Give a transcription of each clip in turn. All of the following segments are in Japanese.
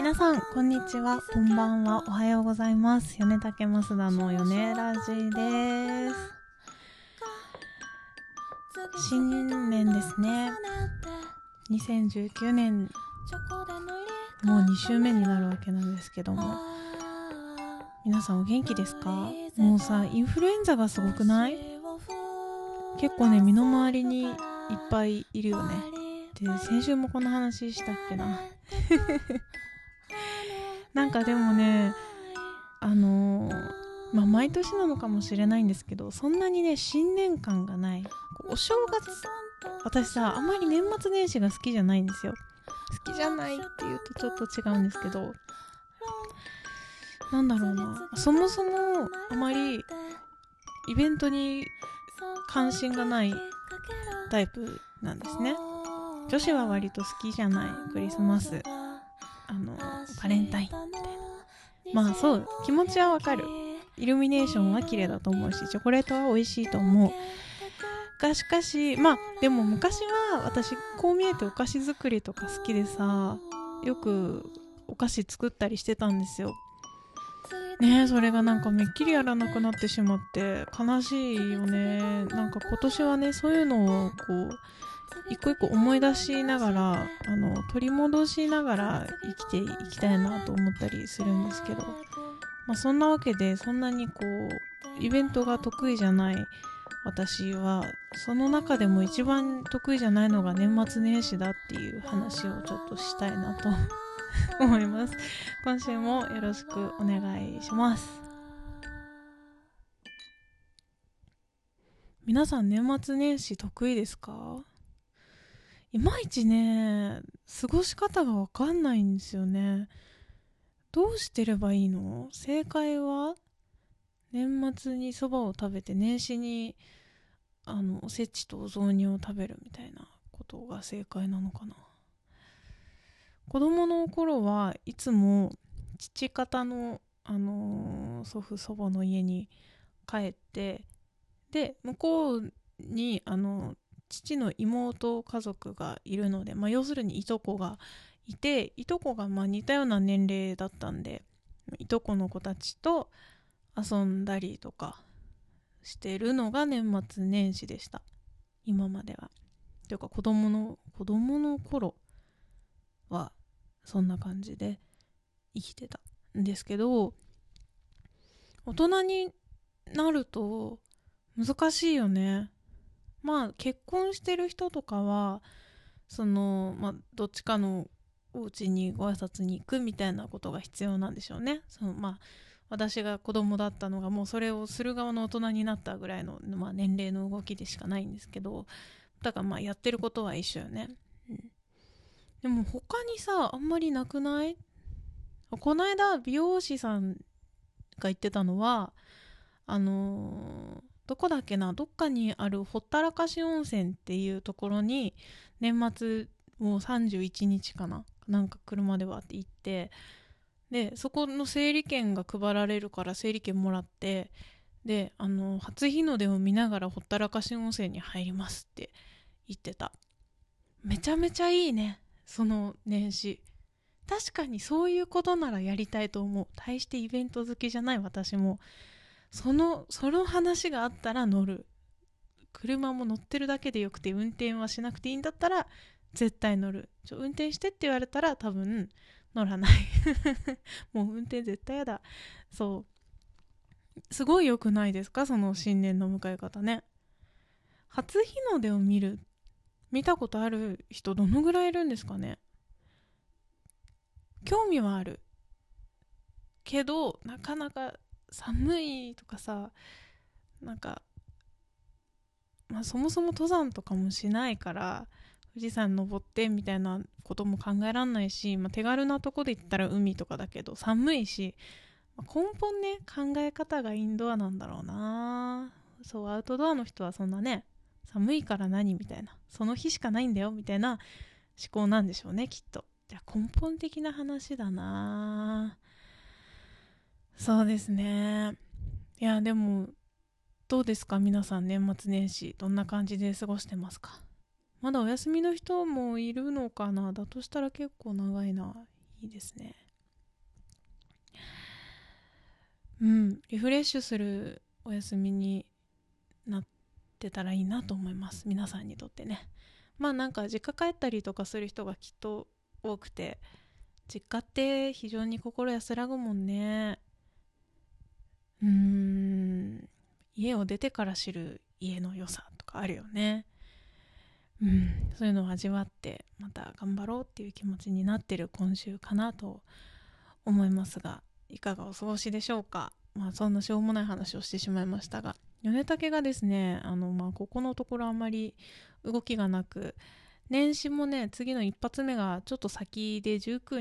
皆さんこんにちは、こんばんは、おはようございます。米竹増田の米ラジです。新年ですね。2019年もう2週目になるわけなんですけども、皆さんお元気ですか？もうさ、インフルエンザがすごくない？結構ね、身の回りにいっぱいいるよね。で、先週もこの話したっけななんかでもね、毎年なのかもしれないんですけど、そんなにね、新年感がない。お正月、私さ、あんまり年末年始が好きじゃないんですよ。好きじゃないって言うとちょっと違うんですけど、なんだろうな、そもそもあまりイベントに関心がないタイプなんですね。女子は割と好きじゃない。クリスマス、バレンタインみたいな。まあそう、気持ちはわかる。イルミネーションは綺麗だと思うし、チョコレートは美味しいと思うが、しかしでも昔は私こう見えてお菓子作りとか好きでさ、よくお菓子作ったりしてたんですよね。それがなんかめっきりやらなくなってしまって悲しいよね。なんか今年はね、そういうのをこう一個一個思い出しながら、取り戻しながら生きていきたいなと思ったりするんですけど、そんなわけで、そんなにこうイベントが得意じゃない私は、その中でも一番得意じゃないのが年末年始だっていう話をちょっとしたいなと思います。今週もよろしくお願いします。皆さん年末年始得意ですか？いまいちね、過ごし方がわかんないんですよね。どうしてればいいの？正解は年末にそばを食べて、年始におせちとお雑煮を食べるみたいなことが正解なのかな。子供の頃はいつも父方の、祖父祖母の家に帰って、で向こうに父の妹家族がいるので、要するにいとこがいて、いとこが似たような年齢だったんで、いとこの子たちと遊んだりとかしてるのが年末年始でした、今までは。というか子供の頃はそんな感じで生きてたんですけど、大人になると難しいよね。結婚してる人とかはどっちかのお家にご挨拶に行くみたいなことが必要なんでしょうね。私が子供だったのがもうそれをする側の大人になったぐらいの、年齢の動きでしかないんですけど、だからやってることは一緒よね、でも他にさ、あんまりなくない？この間美容師さんが言ってたのは、どこだっけな、どっかにあるほったらかし温泉っていうところに年末もう31日かな、なんか車ではって行って、でそこの整理券が配られるから整理券もらって、で初日の出を見ながらほったらかし温泉に入りますって言ってた。めちゃめちゃいいね、その年始。確かにそういうことならやりたいと思う。大してイベント好きじゃない私も、その話があったら乗る。車も乗ってるだけでよくて運転はしなくていいんだったら絶対乗る。運転してって言われたら多分乗らないもう運転絶対やだ。そう、すごい良くないですか、その新年の迎え方ね。初日の出を見たことある人どのぐらいいるんですかね。興味はあるけど、なかなか寒いとかさ、なんかそもそも登山とかもしないから、富士山登ってみたいなことも考えらんないし、手軽なとこで言ったら海とかだけど寒いし、根本ね、考え方がインドアなんだろうな。そう、アウトドアの人はそんなね、寒いから何みたいな、その日しかないんだよみたいな思考なんでしょうね、きっと。じゃあ根本的な話だな。そうですね。いやでも、どうですか皆さん、年末年始どんな感じで過ごしてますか？まだお休みの人もいるのかな。だとしたら結構長いな。いいですね。 リフレッシュするお休みになってたらいいなと思います。皆さんにとってね。なんか実家帰ったりとかする人がきっと多くて、実家って非常に心安らぐもんね。家を出てから知る家の良さとかあるよね。そういうのを味わってまた頑張ろうっていう気持ちになってる今週かなと思いますが、いかがお過ごしでしょうか。そんなしょうもない話をしてしまいましたが、米竹がですね、ここのところあまり動きがなく、年始もね、次の一発目がちょっと先で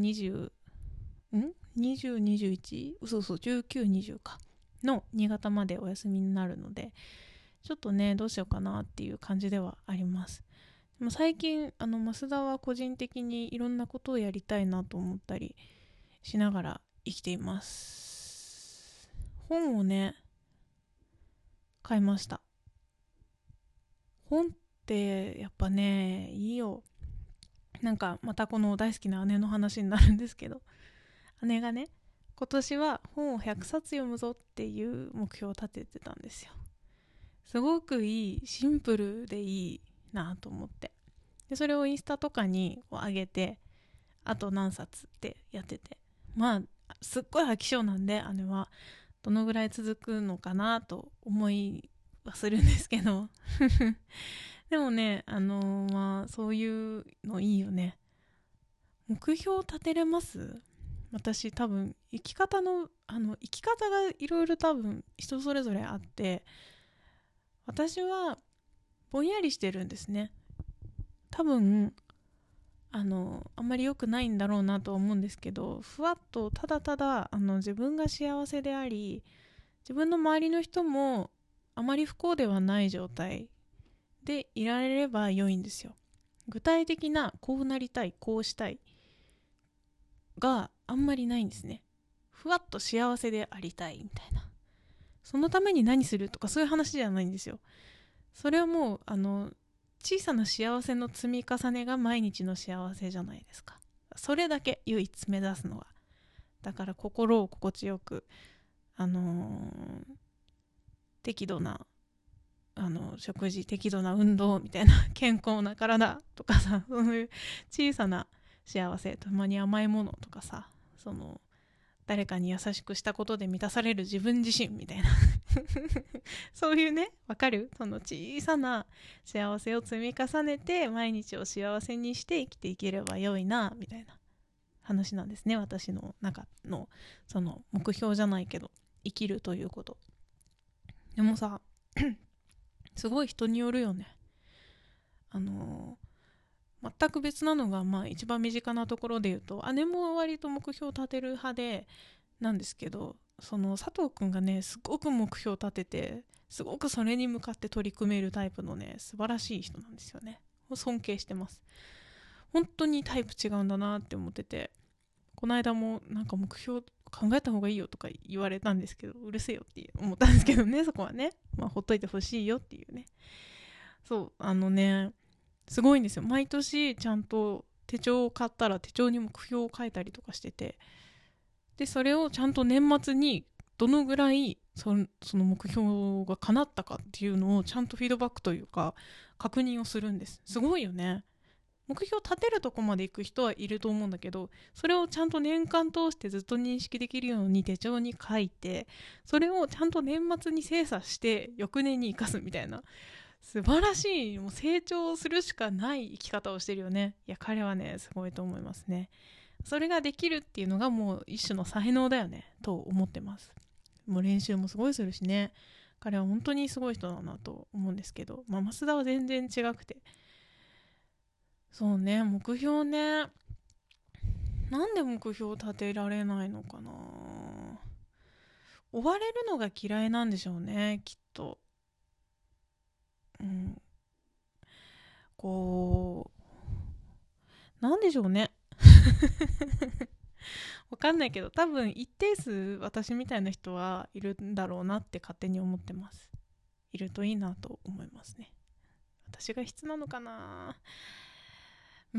19、20、20、21? 嘘、19、20かの新潟までお休みになるので、ちょっとね、どうしようかなっていう感じではあります。でも最近増田は個人的にいろんなことをやりたいなと思ったりしながら生きています。本をね、買いました。本ってやっぱね、いいよ。なんかまたこの大好きな姉の話になるんですけど、姉がね、今年は本を100冊読むぞっていう目標を立ててたんですよ。すごくいい、シンプルでいいなと思って、でそれをインスタとかに上げて、あと何冊ってやってて、すっごい飽き性なんで、姉はどのぐらい続くのかなと思いはするんですけどでもね、そういうのいいよね。目標立てれます？私多分生き方がいろいろ多分人それぞれあって、私はぼんやりしてるんですね。多分あんまり良くないんだろうなと思うんですけど、ふわっとただただ自分が幸せであり、自分の周りの人もあまり不幸ではない状態でいられれば良いんですよ。具体的なこうなりたい、こうしたいがあんまりないんですね。ふわっと幸せでありたいみたいな、そのために何するとかそういう話じゃないんですよ。それはもう小さな幸せの積み重ねが毎日の幸せじゃないですか。それだけ唯一目指すのは。だから心を心地よく、適度な食事、適度な運動みたいな、健康な体とかさ、そういう小さな幸せ、たまに甘いものとかさ、誰かに優しくしたことで満たされる自分自身みたいなそういうね、わかる？その小さな幸せを積み重ねて毎日を幸せにして生きていければ良いなみたいな話なんですね。私の中のその目標じゃないけど、生きるということ。でもさすごい人によるよね。全く別なのが、一番身近なところで言うと、姉も割と目標を立てる派でなんですけど、その佐藤くんがね、すごく目標を立てて、すごくそれに向かって取り組めるタイプのね、素晴らしい人なんですよね。尊敬してます。本当にタイプ違うんだなって思ってて、この間もなんか目標考えた方がいいよとか言われたんですけど、うるせえよって思ったんですけどね、そこはね。ほっといてほしいよっていうね。そう、すごいんですよ。毎年ちゃんと手帳を買ったら手帳に目標を書いたりとかしてて、でそれをちゃんと年末にどのぐらいその目標が叶ったかっていうのをちゃんとフィードバックというか確認をするんです。すごいよね。目標立てるとこまで行く人はいると思うんだけど、それをちゃんと年間通してずっと認識できるように手帳に書いて、それをちゃんと年末に精査して翌年に生かすみたいな、素晴らしい、もう成長するしかない生き方をしてるよね。いや、彼はね、すごいと思いますね。それができるっていうのがもう一種の才能だよね、と思ってます。もう練習もすごいするしね。彼は本当にすごい人だなと思うんですけど、増田は全然違くて。そうね、目標ね。なんで目標を立てられないのかな。追われるのが嫌いなんでしょうね、きっと。うん。こなんでしょうね。わかんないけど、多分一定数私みたいな人はいるんだろうなって勝手に思ってます。いるといいなと思いますね。私が必要なのかな。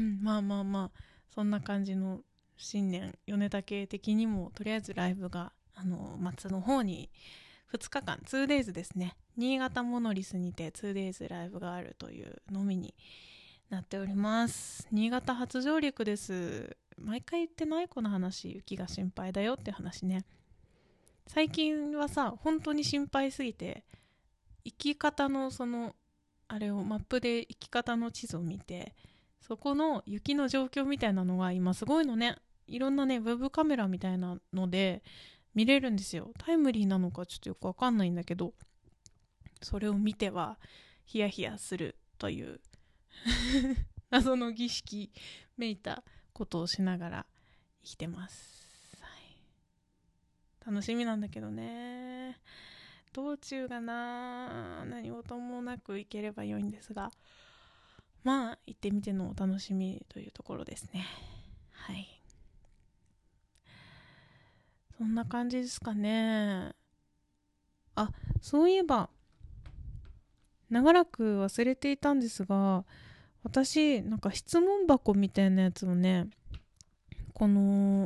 そんな感じの新年米竹的にもとりあえずライブが松の方に2日間 2days ですね、新潟モノリスにて 2days ライブがあるというのみになっております。新潟初上陸です。毎回言ってないこの話、雪が心配だよって話ね。最近はさ、本当に心配すぎて、行き方のあれをマップで行き方の地図を見て、そこの雪の状況みたいなのが今すごいのね。いろんなね、ウェブカメラみたいなので見れるんですよ。タイムリーなのかちょっとよくわかんないんだけど、それを見てはヒヤヒヤするという謎の儀式めいたことをしながら生きてます、はい、楽しみなんだけどね。道中が何事もなく行ければ良いんですが、まあ行ってみてのお楽しみというところですね。はい、そんな感じですかね。あ、そういえば長らく忘れていたんですが、私なんか質問箱みたいなやつをね、この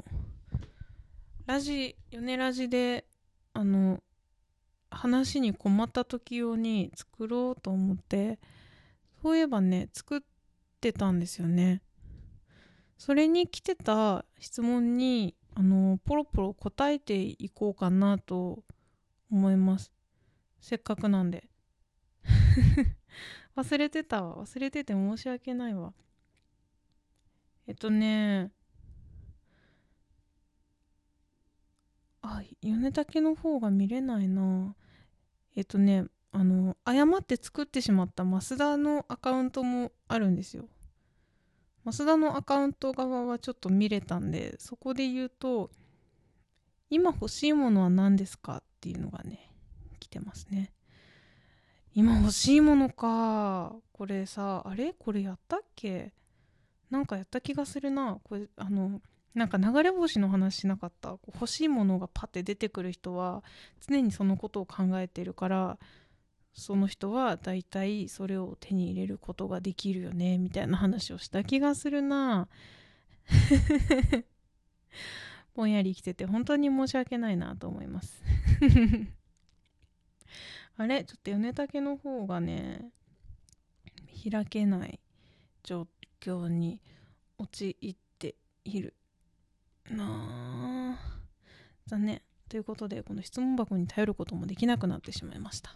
米ラジで話に困った時用に作ろうと思って、そういえばね作ってたんですよね。それに来てた質問にポロポロ答えていこうかなと思います。せっかくなんで忘れてたわ。忘れてて申し訳ないわ。米竹の方が見れないな。誤って作ってしまった増田のアカウントもあるんですよ。増田のアカウント側はちょっと見れたんで、そこで言うと、今欲しいものは何ですかっていうのがね、来てますね。今欲しいものか。これさ、これやったっけ？なんかやった気がするな。これ、なんか流れ星の話しなかった？欲しいものがパッて出てくる人は、常にそのことを考えてるから、その人はだいたいそれを手に入れることができるよね、みたいな話をした気がするな。ぼんやり生きてて本当に申し訳ないなと思います。あれちょっと米竹の方がね、開けない状況に陥っているなあ。残念。ということで、この質問箱に頼ることもできなくなってしまいました。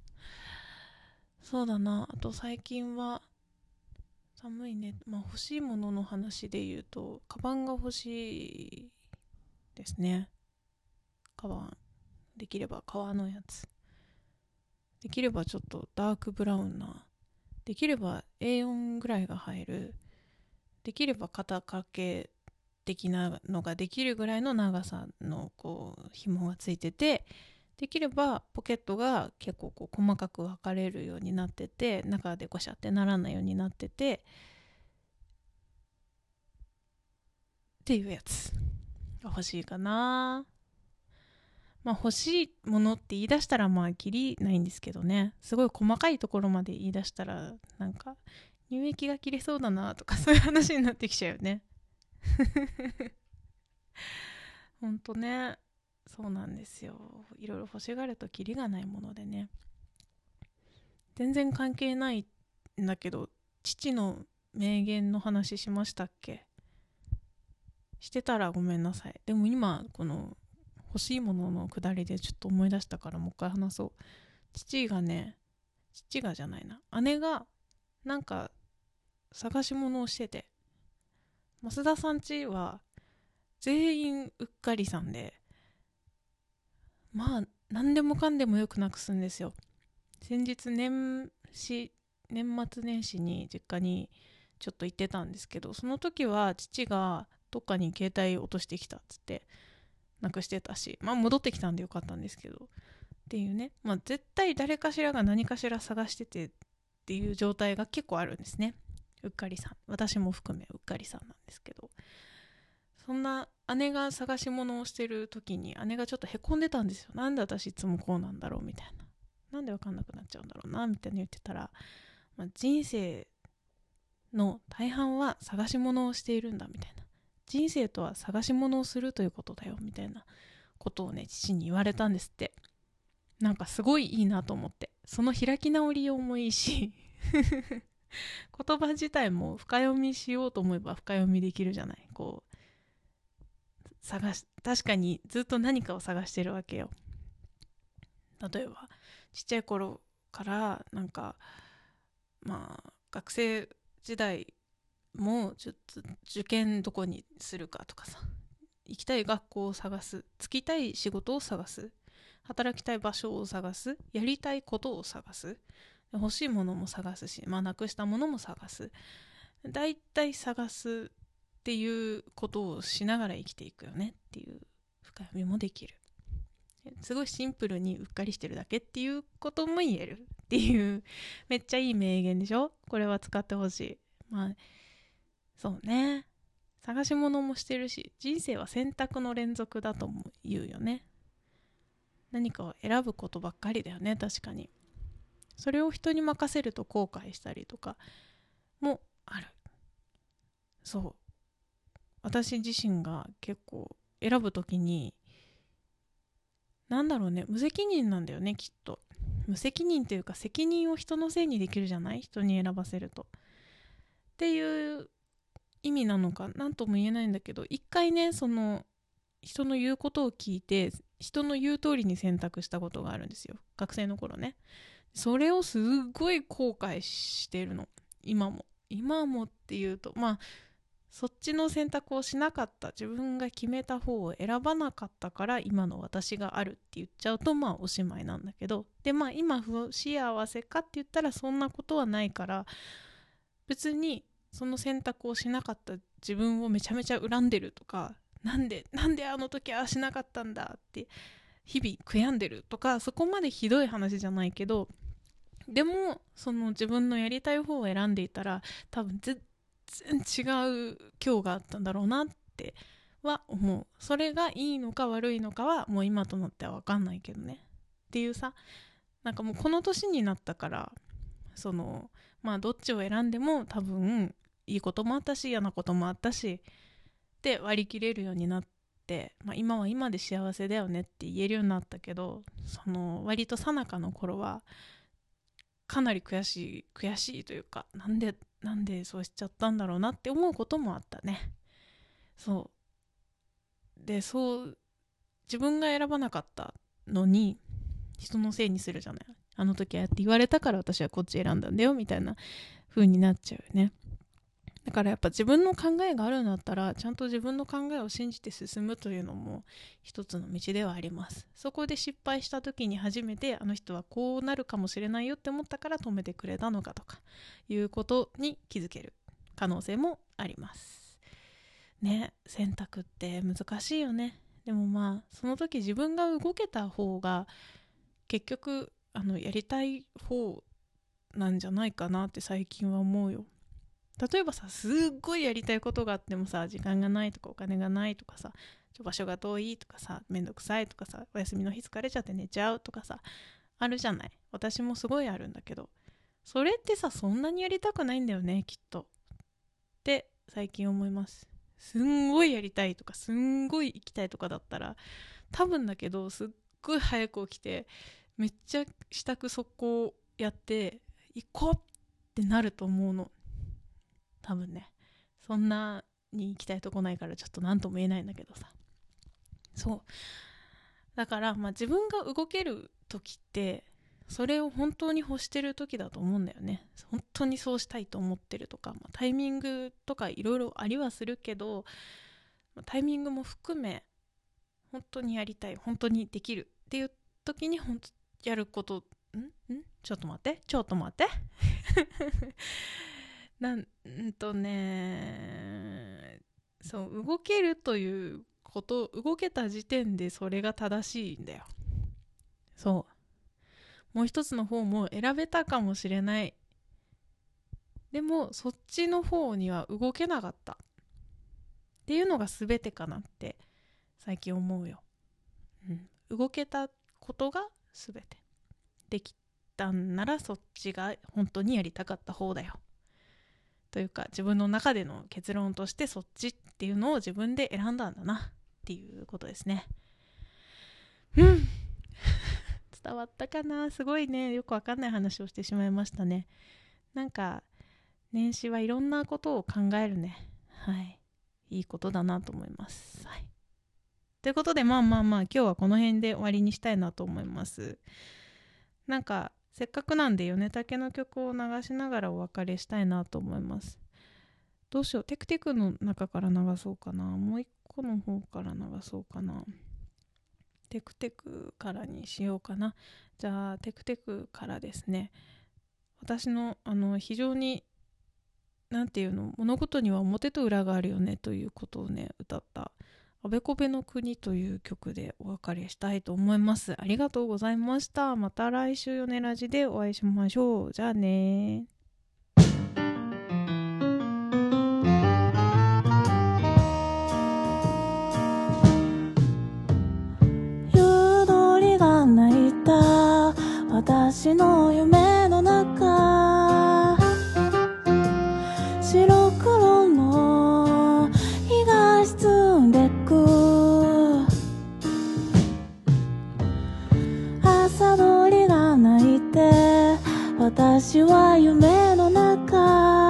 そうだな。あと最近は寒いね。まあ欲しいものの話で言うと、カバンが欲しいですね。カバン。できれば革のやつ。できればちょっとダークブラウンな。できれば A4 ぐらいが入る。できれば肩掛け的なのができるぐらいの長さの紐がついてて、できればポケットが結構細かく分かれるようになってて、中でゴシャってならないようになっててっていうやつが欲しいかな。まあ欲しいものって言い出したらまあキリないんですけどね。すごい細かいところまで言い出したらなんか乳液が切れそうだなとかそういう話になってきちゃうよね。ほんとね。そうなんですよ。いろいろ欲しがるとキリがないものでね。全然関係ないんだけど、父の名言の話しましたっけ？してたらごめんなさい。でも今この欲しいもののくだりでちょっと思い出したからもう一回話そう。父がじゃないな。姉がなんか探し物をしてて、増田さん家は全員うっかりさんで、まあ何でもかんでもよくなくすんですよ。先日年末年始に実家にちょっと行ってたんですけど、その時は父がどっかに携帯落としてきたっつってなくしてたし、まあ戻ってきたんでよかったんですけどっていうね、まあ絶対誰かしらが何かしら探しててっていう状態が結構あるんですね。うっかりさん、私も含めうっかりさんなんですけど、そんな姉が探し物をしてる時に姉がちょっとへこんでたんですよ。なんで私いつもこうなんだろうみたいな、なんでわかんなくなっちゃうんだろうなみたいに言ってたら、人生の大半は探し物をしているんだみたいな、人生とは探し物をするということだよみたいなことをね父に言われたんですって。なんかすごいいいなと思って、その開き直りようもいいし言葉自体も深読みしようと思えば深読みできるじゃない。こう確かにずっと何かを探してるわけよ。例えばちっちゃい頃からなんか学生時代もちょっと受験どこにするかとかさ、行きたい学校を探す、就きたい仕事を探す、働きたい場所を探す、やりたいことを探す、欲しいものも探すし、なくしたものも探す、だいたい探すっていうことをしながら生きていくよねっていう深読みもできる。すごいシンプルにうっかりしてるだけっていうことも言えるっていう、めっちゃいい名言でしょ。これは使ってほしい。そうね、探し物もしてるし、人生は選択の連続だとも言うよね。何かを選ぶことばっかりだよね。確かにそれを人に任せると後悔したりとかもある。そう、私自身が結構選ぶときに無責任なんだよね、きっと。無責任というか、責任を人のせいにできるじゃない、人に選ばせるとっていう意味なのか何とも言えないんだけど、一回ね、その人の言うことを聞いて人の言う通りに選択したことがあるんですよ、学生の頃ね。それをすっごい後悔してるの。今もっていうと、そっちの選択をしなかった、自分が決めた方を選ばなかったから今の私があるって言っちゃうとおしまいなんだけど、で今不幸せかって言ったらそんなことはないから、別にその選択をしなかった自分をめちゃめちゃ恨んでるとか、なんであの時はしなかったんだって日々悔やんでるとか、そこまでひどい話じゃないけど、でもその自分のやりたい方を選んでいたら多分全然違う今日があったんだろうなっては思う。それがいいのか悪いのかはもう今となっては分かんないけどねっていうさ。なんかもうこの年になったから、どっちを選んでも多分いいこともあったし嫌なこともあったしって割り切れるようになって、今は今で幸せだよねって言えるようになったけど、その割と最中の頃はかなり悔しいというか、なんでそうしちゃったんだろうなって思うこともあったね。そう自分が選ばなかったのに人のせいにするじゃない。あの時ああやって言われたから私はこっち選んだんだよみたいな風になっちゃうよね。だからやっぱ自分の考えがあるんだったらちゃんと自分の考えを信じて進むというのも一つの道ではあります。そこで失敗した時に初めてあの人はこうなるかもしれないよって思ったから止めてくれたのかとかいうことに気づける可能性もありますね。選択って難しいよね。でもその時自分が動けた方が結局やりたい方なんじゃないかなって最近は思うよ。例えばさ、すっごいやりたいことがあってもさ、時間がないとかお金がないとかさ、場所が遠いとかさ、めんどくさいとかさ、お休みの日疲れちゃって寝ちゃうとかさ、あるじゃない。私もすごいあるんだけど、それってさ、そんなにやりたくないんだよね、きっとって最近思います。すんごいやりたいとかすんごい行きたいとかだったら多分だけど、すっごい早く起きてめっちゃ支度速攻やって行こうってなると思うの。多分ね。そんなに行きたいとこないからちょっと何とも言えないんだけどさ。そうだから自分が動ける時ってそれを本当に欲してる時だと思うんだよね。本当にそうしたいと思ってるとか、タイミングとかいろいろありはするけど、タイミングも含め本当にやりたい、本当にできるっていう時に本当やること。ちょっと待ってそう動けるということ、動けた時点でそれが正しいんだよ。もう一つの方も選べたかもしれない。でもそっちの方には動けなかったっていうのが全てかなって最近思うよ。動けたことが全てできたんならそっちが本当にやりたかった方だよというか、自分の中での結論としてそっちっていうのを自分で選んだんだなっていうことですね。 うん伝わったかな。すごいね、よくわかんない話をしてしまいましたね。なんか年始はいろんなことを考えるね。はい、いいことだなと思います。はい、ということで、まあ今日はこの辺で終わりにしたいなと思います。なんかせっかくなんで米竹の曲を流しながらお別れしたいなと思います。どうしよう、テクテクの中から流そうかな、もう一個の方から流そうかな。テクテクからにしようかな。じゃあテクテクからですね。私の非常になんていうの、物事には表と裏があるよねということをね歌ったあべこべの国という曲でお別れしたいと思います。ありがとうございました。また来週よねラジでお会いしましょう。じゃあね。夕鳥が鳴いた私の夢の中、白黒の日が沈んでく、朝鳥が鳴いて私は夢の中